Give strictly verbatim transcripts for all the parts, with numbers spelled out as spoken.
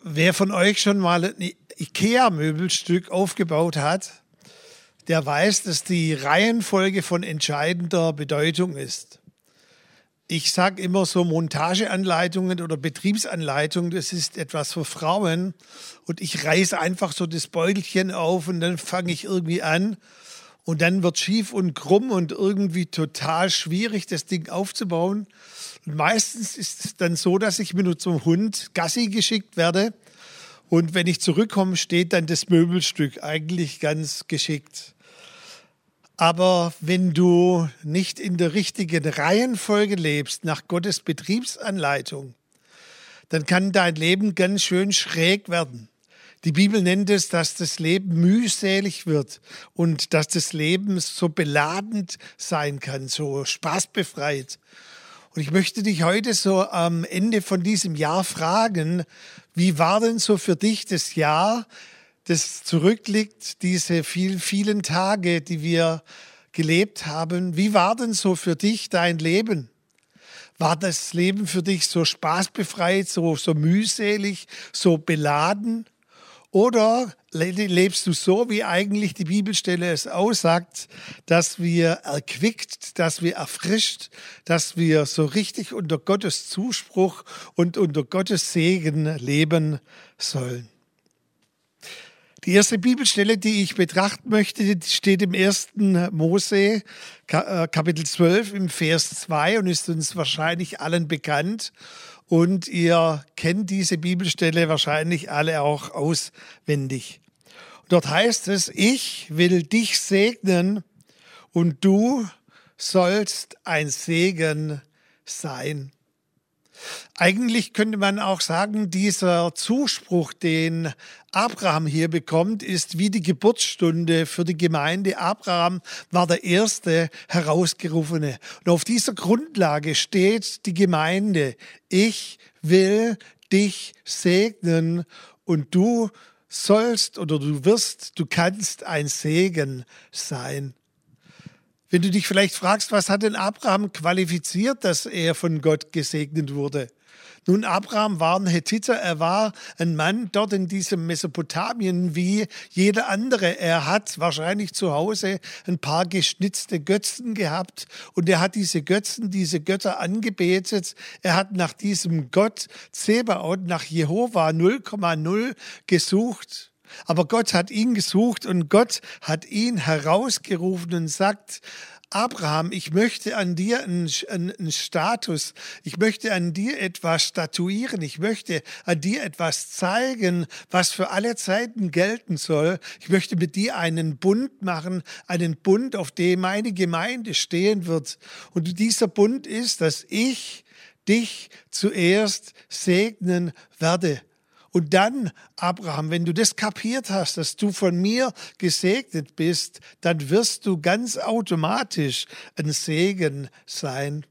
Wer von euch schon mal ein IKEA-Möbelstück aufgebaut hat, der weiß, dass die Reihenfolge von entscheidender Bedeutung ist. Ich sage immer so, Montageanleitungen oder Betriebsanleitungen, das ist etwas für Frauen. Und ich reiße einfach so das Beutelchen auf und dann fange ich irgendwie an. Und dann wird schief und krumm und irgendwie total schwierig, das Ding aufzubauen. Und meistens ist es dann so, dass ich mit zum Hund Gassi geschickt werde. Und wenn ich zurückkomme, steht dann das Möbelstück eigentlich ganz geschickt. Aber wenn du nicht in der richtigen Reihenfolge lebst, nach Gottes Betriebsanleitung, dann kann dein Leben ganz schön schräg werden. Die Bibel nennt es, dass das Leben mühselig wird und dass das Leben so beladend sein kann, so spaßbefreit. Und ich möchte dich heute so am Ende von diesem Jahr fragen, wie war denn so für dich das Jahr, das zurückliegt, diese vielen, vielen Tage, die wir gelebt haben? Wie war denn so für dich dein Leben? War das Leben für dich so spaßbefreit, so, so mühselig, so beladen? Oder lebst du so, wie eigentlich die Bibelstelle es aussagt, dass wir erquickt, dass wir erfrischt, dass wir so richtig unter Gottes Zuspruch und unter Gottes Segen leben sollen? Die erste Bibelstelle, die ich betrachten möchte, die steht im ersten Mose, Kapitel zwölf, im Vers zwei und ist uns wahrscheinlich allen bekannt. Und ihr kennt diese Bibelstelle wahrscheinlich alle auch auswendig. Dort heißt es, ich will dich segnen und du sollst ein Segen sein. Eigentlich könnte man auch sagen, dieser Zuspruch, den Abraham hier bekommt, ist wie die Geburtsstunde für die Gemeinde. Abraham war der erste Herausgerufene. Und auf dieser Grundlage steht die Gemeinde. Ich will dich segnen und du sollst oder du wirst, du kannst ein Segen sein. Wenn du dich vielleicht fragst, was hat denn Abraham qualifiziert, dass er von Gott gesegnet wurde? Nun, Abraham war ein Hethiter, er war ein Mann dort in diesem Mesopotamien wie jeder andere. Er hat wahrscheinlich zu Hause ein paar geschnitzte Götzen gehabt und er hat diese Götzen, diese Götter angebetet. Er hat nach diesem Gott Zebaoth, nach Jehova null Komma null gesucht. Aber Gott hat ihn gesucht und Gott hat ihn herausgerufen und sagt, Abraham, ich möchte an dir einen, einen Status, ich möchte an dir etwas statuieren, ich möchte an dir etwas zeigen, was für alle Zeiten gelten soll. Ich möchte mit dir einen Bund machen, einen Bund, auf dem meine Gemeinde stehen wird. Und dieser Bund ist, dass ich dich zuerst segnen werde. Und dann, Abraham, wenn du das kapiert hast, dass du von mir gesegnet bist, dann wirst du ganz automatisch ein Segen sein.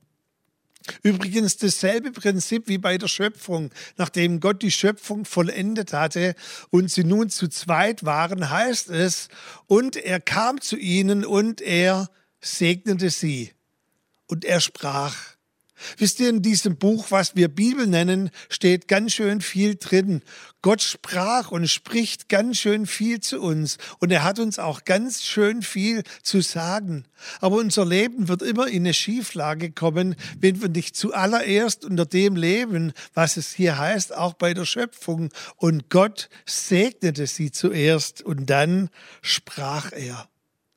Übrigens dasselbe Prinzip wie bei der Schöpfung. Nachdem Gott die Schöpfung vollendet hatte und sie nun zu zweit waren, heißt es, und er kam zu ihnen und er segnete sie. Und er sprach. Wisst ihr, in diesem Buch, was wir Bibel nennen, steht ganz schön viel drin. Gott sprach und spricht ganz schön viel zu uns. Und er hat uns auch ganz schön viel zu sagen. Aber unser Leben wird immer in eine Schieflage kommen, wenn wir nicht zuallererst unter dem leben, was es hier heißt, auch bei der Schöpfung. Und Gott segnete sie zuerst und dann sprach er.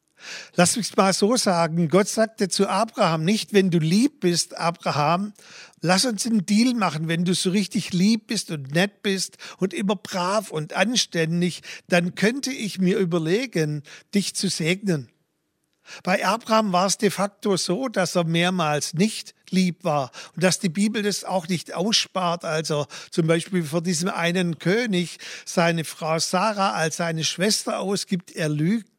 Lass mich mal so sagen, Gott sagte zu Abraham nicht, wenn du lieb bist, Abraham, lass uns einen Deal machen, wenn du so richtig lieb bist und nett bist und immer brav und anständig, dann könnte ich mir überlegen, dich zu segnen. Bei Abraham war es de facto so, dass er mehrmals nicht lieb war und dass die Bibel das auch nicht ausspart, als er zum Beispiel vor diesem einen König seine Frau Sarah als seine Schwester ausgibt, er lügt.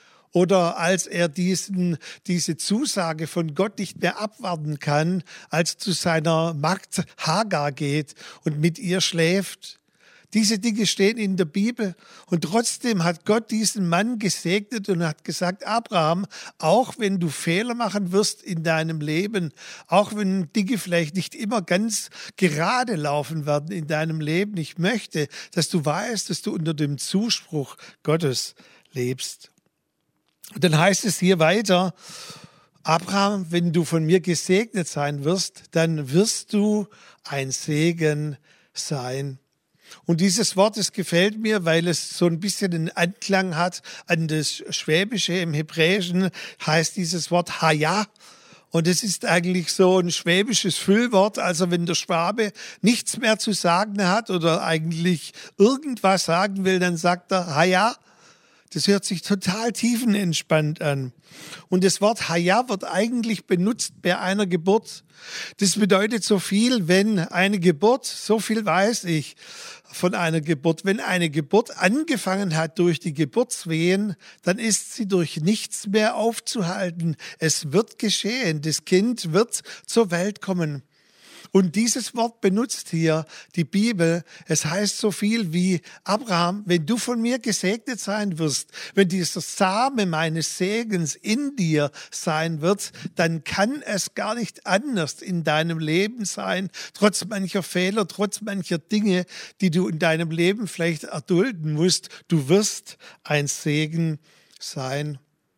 Oder als er diesen, diese Zusage von Gott nicht mehr abwarten kann, als zu seiner Magd Hagar geht und mit ihr schläft. Diese Dinge stehen in der Bibel und trotzdem hat Gott diesen Mann gesegnet und hat gesagt, Abraham, auch wenn du Fehler machen wirst in deinem Leben, auch wenn Dinge vielleicht nicht immer ganz gerade laufen werden in deinem Leben, ich möchte, dass du weißt, dass du unter dem Zuspruch Gottes lebst. Und dann heißt es hier weiter, Abraham, wenn du von mir gesegnet sein wirst, dann wirst du ein Segen sein. Und dieses Wort, das gefällt mir, weil es so ein bisschen einen Anklang hat an das Schwäbische. Im Hebräischen heißt dieses Wort Haya. Und es ist eigentlich so ein schwäbisches Füllwort. Also wenn der Schwabe nichts mehr zu sagen hat oder eigentlich irgendwas sagen will, dann sagt er Haya. Das hört sich total tiefenentspannt an. Und das Wort Haya wird eigentlich benutzt bei einer Geburt. Das bedeutet so viel, wenn eine Geburt, so viel weiß ich von einer Geburt, wenn eine Geburt angefangen hat durch die Geburtswehen, dann ist sie durch nichts mehr aufzuhalten. Es wird geschehen, das Kind wird zur Welt kommen. Und dieses Wort benutzt hier die Bibel. Es heißt so viel wie, Abraham, wenn du von mir gesegnet sein wirst, wenn dieser Same meines Segens in dir sein wird, dann kann es gar nicht anders in deinem Leben sein, trotz mancher Fehler, trotz mancher Dinge, die du in deinem Leben vielleicht erdulden musst. Du wirst ein Segen sein.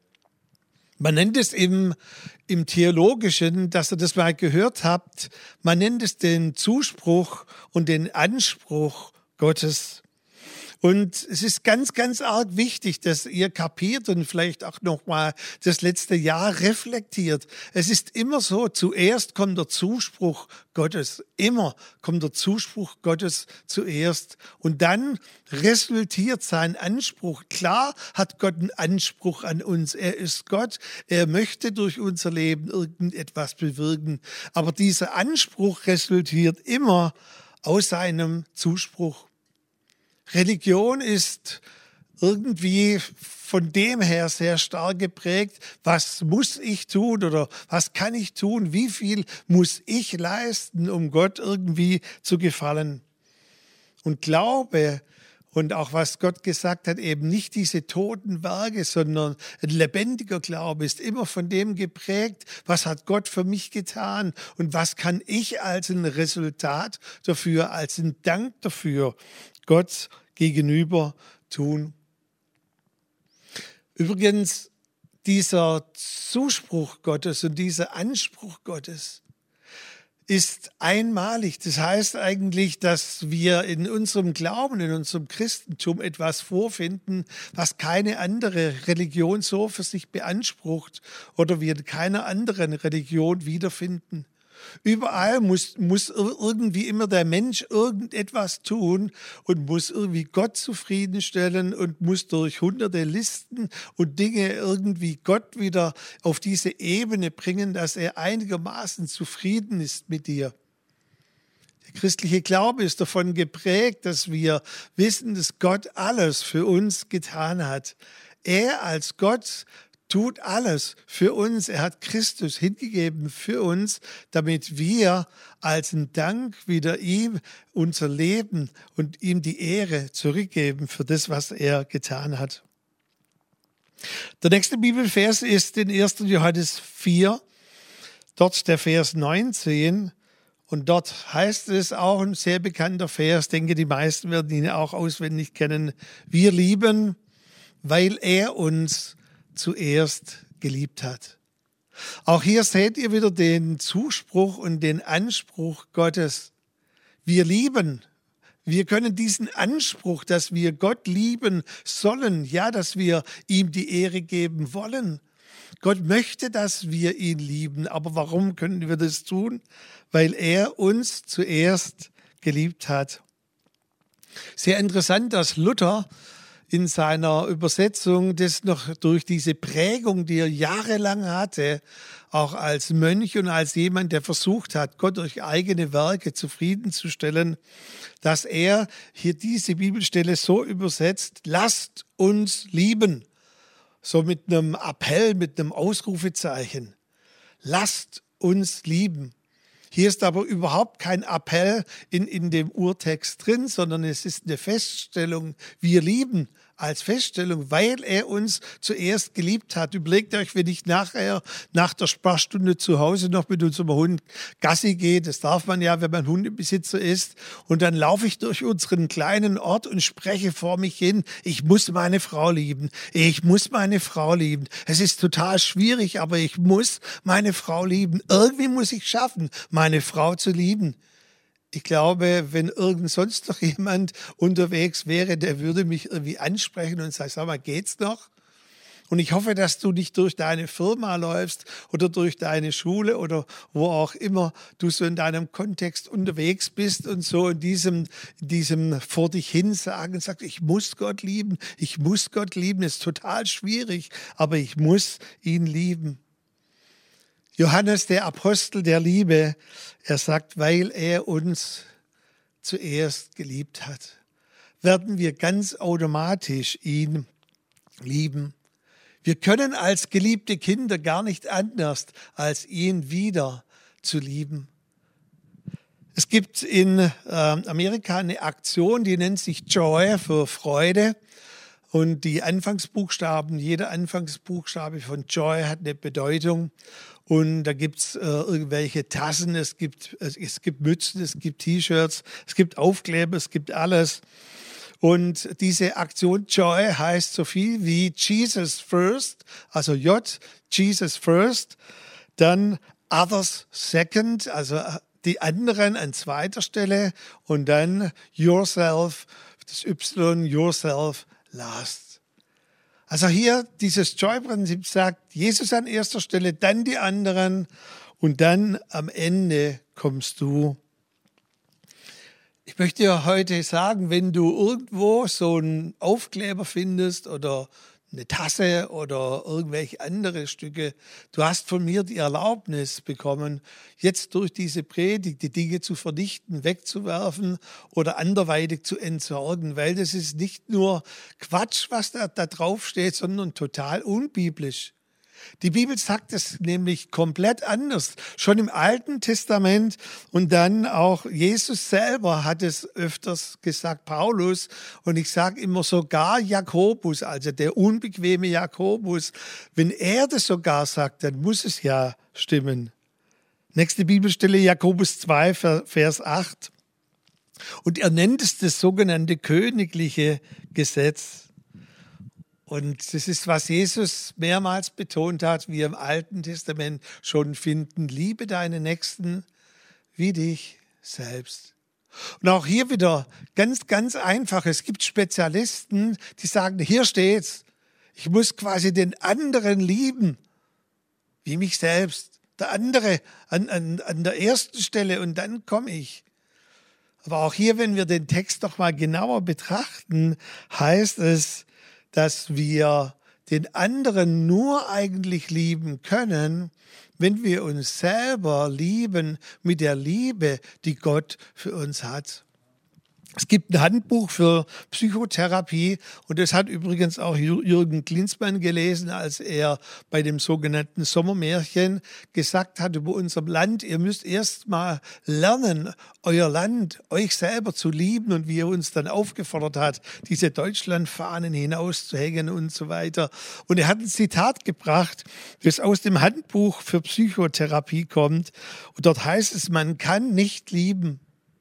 Man nennt es im, im Theologischen, dass ihr das mal gehört habt, man nennt es den Zuspruch und den Anspruch Gottes. Und es ist ganz, ganz arg wichtig, dass ihr kapiert und vielleicht auch nochmal das letzte Jahr reflektiert. Es ist immer so, zuerst kommt der Zuspruch Gottes. Immer kommt der Zuspruch Gottes zuerst. Und dann resultiert sein Anspruch. Klar hat Gott einen Anspruch an uns. Er ist Gott. Er möchte durch unser Leben irgendetwas bewirken. Aber dieser Anspruch resultiert immer aus seinem Zuspruch. Religion ist irgendwie von dem her sehr stark geprägt, was muss ich tun oder was kann ich tun, wie viel muss ich leisten, um Gott irgendwie zu gefallen. Und Glaube und auch was Gott gesagt hat, eben nicht diese toten Werke, sondern ein lebendiger Glaube ist immer von dem geprägt, was hat Gott für mich getan und was kann ich als ein Resultat dafür, als ein Dank dafür Gott gegenüber tun. Übrigens, dieser Zuspruch Gottes und dieser Anspruch Gottes ist einmalig. Das heißt eigentlich, dass wir in unserem Glauben, in unserem Christentum etwas vorfinden, was keine andere Religion so für sich beansprucht oder wir in keiner anderen Religion wiederfinden. Überall muss, muss irgendwie immer der Mensch irgendetwas tun und muss irgendwie Gott zufriedenstellen und muss durch hunderte Listen und Dinge irgendwie Gott wieder auf diese Ebene bringen, dass er einigermaßen zufrieden ist mit dir. Der christliche Glaube ist davon geprägt, dass wir wissen, dass Gott alles für uns getan hat. Er als Gott tut alles für uns. Er hat Christus hingegeben für uns, damit wir als ein Dank wieder ihm unser Leben und ihm die Ehre zurückgeben für das, was er getan hat. Der nächste Bibelvers ist in erster Johannes vier, dort der Vers neunzehn. Und dort heißt es auch ein sehr bekannter Vers, ich denke, die meisten werden ihn auch auswendig kennen. Wir lieben, weil er uns zuerst geliebt hat. Auch hier seht ihr wieder den Zuspruch und den Anspruch Gottes. Wir lieben. Wir können diesen Anspruch, dass wir Gott lieben sollen, ja, dass wir ihm die Ehre geben wollen. Gott möchte, dass wir ihn lieben. Aber warum können wir das tun? Weil er uns zuerst geliebt hat. Sehr interessant, dass Luther in seiner Übersetzung das noch durch diese Prägung, die er jahrelang hatte, auch als Mönch und als jemand, der versucht hat, Gott durch eigene Werke zufriedenzustellen, dass er hier diese Bibelstelle so übersetzt, lasst uns lieben. So mit einem Appell, mit einem Ausrufezeichen. Lasst uns lieben. Hier ist aber überhaupt kein Appell in, in dem Urtext drin, sondern es ist eine Feststellung, wir lieben als Feststellung, weil er uns zuerst geliebt hat. Überlegt euch, wenn ich nachher nach der Sparstunde zu Hause noch mit unserem Hund Gassi gehe, das darf man ja, wenn man Hundebesitzer ist, und dann laufe ich durch unseren kleinen Ort und spreche vor mich hin, ich muss meine Frau lieben, ich muss meine Frau lieben. Es ist total schwierig, aber ich muss meine Frau lieben. Irgendwie muss ich schaffen, meine Frau zu lieben. Ich glaube, wenn irgend sonst noch jemand unterwegs wäre, der würde mich irgendwie ansprechen und sagen, sag mal, geht's noch? Und ich hoffe, dass du nicht durch deine Firma läufst oder durch deine Schule oder wo auch immer du so in deinem Kontext unterwegs bist und so in diesem, diesem vor dich hin sagen, sagst, ich muss Gott lieben, ich muss Gott lieben, ist total schwierig, aber ich muss ihn lieben. Johannes, der Apostel der Liebe, er sagt, weil er uns zuerst geliebt hat, werden wir ganz automatisch ihn lieben. Wir können als geliebte Kinder gar nicht anders, als ihn wieder zu lieben. Es gibt in äh, Amerika eine Aktion, die nennt sich Joy für Freude. Und die Anfangsbuchstaben, jeder Anfangsbuchstabe von Joy hat eine Bedeutung. Und da gibt es äh, irgendwelche Tassen, es gibt, es, es gibt Mützen, es gibt T-Shirts, es gibt Aufkleber, es gibt alles. Und diese Aktion Joy heißt so viel wie Jesus First, also J, Jesus First, dann Others Second, also die anderen an zweiter Stelle und dann Yourself, das Y, Yourself last. Also hier dieses Joy-Prinzip sagt, Jesus an erster Stelle, dann die anderen und dann am Ende kommst du. Ich möchte dir heute sagen, wenn du irgendwo so einen Aufkleber findest oder eine Tasse oder irgendwelche andere Stücke, du hast von mir die Erlaubnis bekommen, jetzt durch diese Predigt die Dinge zu vernichten, wegzuwerfen oder anderweitig zu entsorgen, weil das ist nicht nur Quatsch, was da, da drauf steht, sondern total unbiblisch. Die Bibel sagt es nämlich komplett anders. Schon im Alten Testament und dann auch Jesus selber hat es öfters gesagt, Paulus. Und ich sage immer sogar Jakobus, also der unbequeme Jakobus. Wenn er das sogar sagt, dann muss es ja stimmen. Nächste Bibelstelle, Jakobus zwei, Vers acht. Und er nennt es das sogenannte königliche Gesetz. Und das ist, was Jesus mehrmals betont hat, wie wir im Alten Testament schon finden. Liebe deine Nächsten wie dich selbst. Und auch hier wieder ganz, ganz einfach. Es gibt Spezialisten, die sagen, hier steht's. Ich muss quasi den anderen lieben, wie mich selbst. Der andere an, an, an der ersten Stelle und dann komme ich. Aber auch hier, wenn wir den Text noch mal genauer betrachten, heißt es, dass wir den anderen nur eigentlich lieben können, wenn wir uns selber lieben mit der Liebe, die Gott für uns hat. Es gibt ein Handbuch für Psychotherapie und das hat übrigens auch Jürgen Klinsmann gelesen, als er bei dem sogenannten Sommermärchen gesagt hat über unser Land, ihr müsst erst mal lernen, euer Land, euch selber zu lieben und wie er uns dann aufgefordert hat, diese Deutschlandfahnen hinauszuhängen und so weiter. Und er hat ein Zitat gebracht, das aus dem Handbuch für Psychotherapie kommt und dort heißt es, man kann nicht lieben,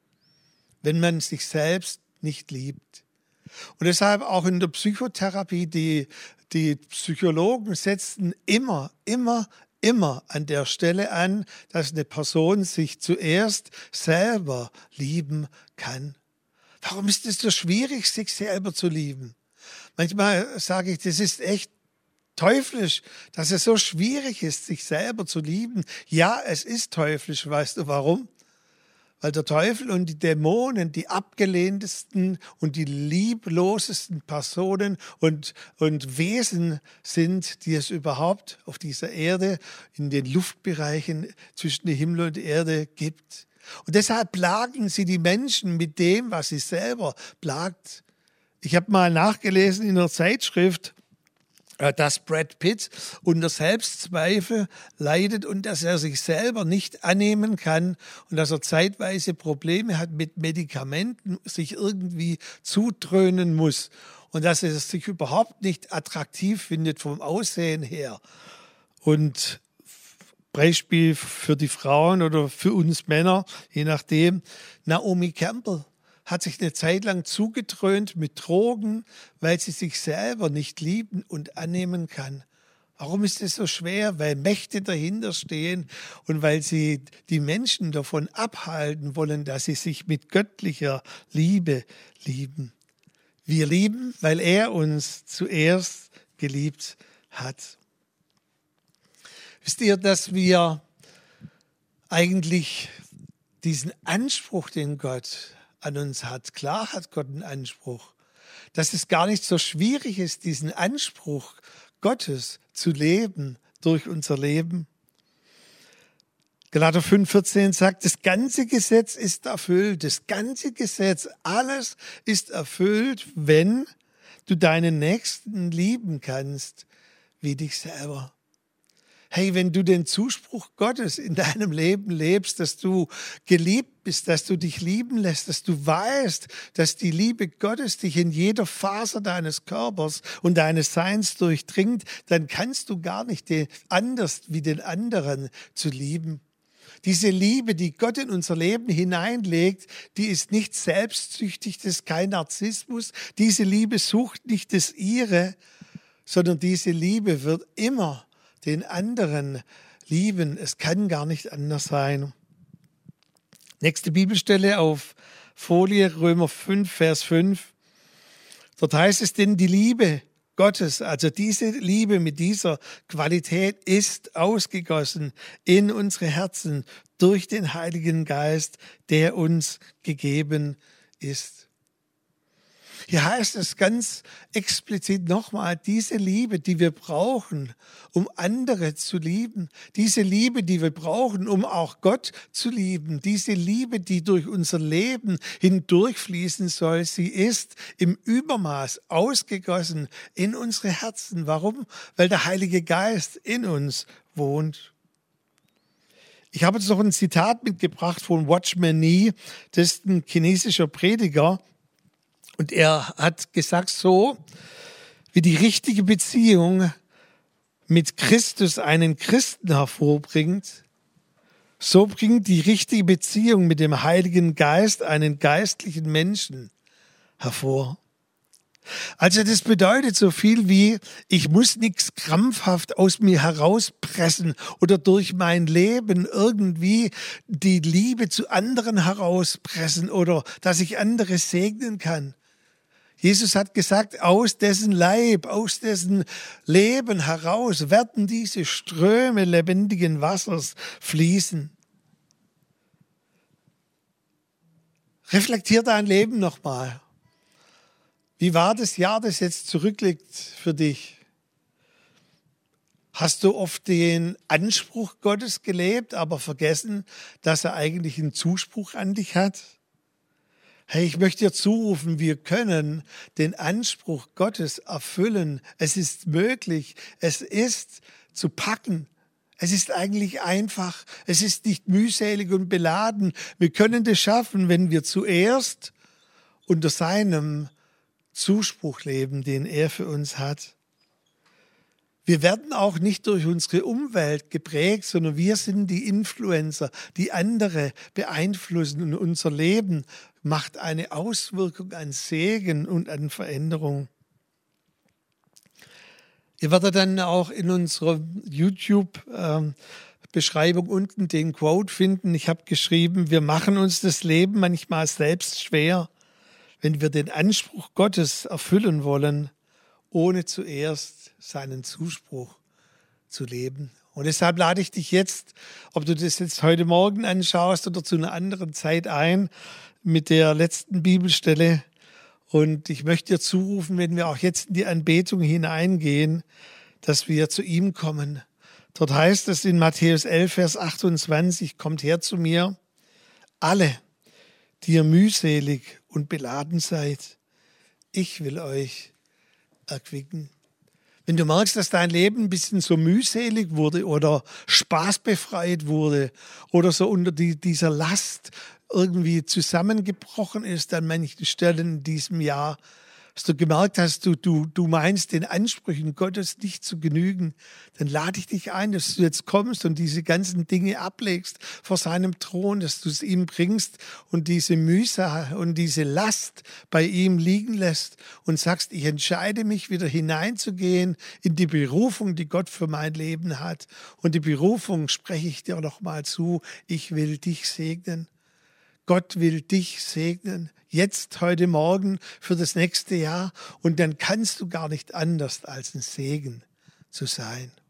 wenn man sich selbst nicht liebt. Und deshalb auch in der Psychotherapie, die, die Psychologen setzen immer, immer, immer an der Stelle an, dass eine Person sich zuerst selber lieben kann. Warum ist es so schwierig, sich selber zu lieben? Manchmal sage ich, das ist echt teuflisch, dass es so schwierig ist, sich selber zu lieben. Ja, es ist teuflisch, weißt du warum? Weil der Teufel und die Dämonen die abgelehntesten und die lieblosesten Personen und, und Wesen sind, die es überhaupt auf dieser Erde, in den Luftbereichen zwischen dem Himmel und der Erde gibt. Und deshalb plagen sie die Menschen mit dem, was sie selber plagt. Ich habe mal nachgelesen in einer Zeitschrift, dass Brad Pitt unter Selbstzweifel leidet und dass er sich selber nicht annehmen kann und dass er zeitweise Probleme hat mit Medikamenten, sich irgendwie zudröhnen muss und dass er sich überhaupt nicht attraktiv findet vom Aussehen her. Und Beispiel für die Frauen oder für uns Männer, je nachdem, Naomi Campbell hat sich eine Zeit lang zugedröhnt mit Drogen, weil sie sich selber nicht lieben und annehmen kann. Warum ist es so schwer? Weil Mächte dahinter stehen und weil sie die Menschen davon abhalten wollen, dass sie sich mit göttlicher Liebe lieben. Wir lieben, weil er uns zuerst geliebt hat. Wisst ihr, dass wir eigentlich diesen Anspruch, den Gott an uns hat, klar hat Gott einen Anspruch, dass es gar nicht so schwierig ist, diesen Anspruch Gottes zu leben durch unser Leben. Galater fünf vierzehn sagt, das ganze Gesetz ist erfüllt, das ganze Gesetz, alles ist erfüllt, wenn du deinen Nächsten lieben kannst wie dich selber. Hey, wenn du den Zuspruch Gottes in deinem Leben lebst, dass du geliebt bist, dass du dich lieben lässt, dass du weißt, dass die Liebe Gottes dich in jeder Faser deines Körpers und deines Seins durchdringt, dann kannst du gar nicht anders wie den anderen zu lieben. Diese Liebe, die Gott in unser Leben hineinlegt, die ist nicht selbstsüchtig, das ist kein Narzissmus. Diese Liebe sucht nicht das Ihre, sondern diese Liebe wird immer den anderen lieben. Es kann gar nicht anders sein. Nächste Bibelstelle auf Folie, Römer fünf, Vers fünf. Dort heißt es, denn die Liebe Gottes, also diese Liebe mit dieser Qualität ist ausgegossen in unsere Herzen durch den Heiligen Geist, der uns gegeben ist. Hier heißt es ganz explizit nochmal, diese Liebe, die wir brauchen, um andere zu lieben, diese Liebe, die wir brauchen, um auch Gott zu lieben, diese Liebe, die durch unser Leben hindurchfließen soll, sie ist im Übermaß ausgegossen in unsere Herzen. Warum? Weil der Heilige Geist in uns wohnt. Ich habe jetzt noch ein Zitat mitgebracht von Watchman Nee, das ist ein chinesischer Prediger. Und er hat gesagt, so wie die richtige Beziehung mit Christus einen Christen hervorbringt, so bringt die richtige Beziehung mit dem Heiligen Geist einen geistlichen Menschen hervor. Also das bedeutet so viel wie, ich muss nichts krampfhaft aus mir herauspressen oder durch mein Leben irgendwie die Liebe zu anderen herauspressen oder dass ich andere segnen kann. Jesus hat gesagt, aus dessen Leib, aus dessen Leben heraus werden diese Ströme lebendigen Wassers fließen. Reflektier dein Leben nochmal. Wie war das Jahr, das jetzt zurückliegt für dich? Hast du oft den Anspruch Gottes gelebt, aber vergessen, dass er eigentlich einen Zuspruch an dich hat? Hey, ich möchte dir zurufen, wir können den Anspruch Gottes erfüllen. Es ist möglich, es ist zu packen. Es ist eigentlich einfach, es ist nicht mühselig und beladen. Wir können das schaffen, wenn wir zuerst unter seinem Zuspruch leben, den er für uns hat. Wir werden auch nicht durch unsere Umwelt geprägt, sondern wir sind die Influencer, die andere beeinflussen und unser Leben macht eine Auswirkung an Segen und an Veränderung. Ihr werdet dann auch in unserer YouTube-Beschreibung unten den Quote finden. Ich habe geschrieben, wir machen uns das Leben manchmal selbst schwer, wenn wir den Anspruch Gottes erfüllen wollen, ohne zuerst seinen Zuspruch zu leben. Und deshalb lade ich dich jetzt, ob du das jetzt heute Morgen anschaust oder zu einer anderen Zeit ein, mit der letzten Bibelstelle. Und ich möchte dir zurufen, wenn wir auch jetzt in die Anbetung hineingehen, dass wir zu ihm kommen. Dort heißt es in Matthäus elf, Vers achtundzwanzig, kommt her zu mir, alle, die ihr mühselig und beladen seid. Ich will euch erquicken. Wenn du merkst, dass dein Leben ein bisschen so mühselig wurde oder spaßbefreit wurde oder so unter die, dieser Last irgendwie zusammengebrochen ist an manchen Stellen in diesem Jahr, dass du gemerkt hast, du, du, du meinst den Ansprüchen Gottes nicht zu genügen, dann lade ich dich ein, dass du jetzt kommst und diese ganzen Dinge ablegst vor seinem Thron, dass du es ihm bringst und diese Mühsal und diese Last bei ihm liegen lässt und sagst, ich entscheide mich wieder hineinzugehen in die Berufung, die Gott für mein Leben hat. Und die Berufung spreche ich dir noch mal zu, ich will dich segnen. Gott will dich segnen, jetzt, heute Morgen, für das nächste Jahr. Und dann kannst du gar nicht anders als ein Segen zu sein.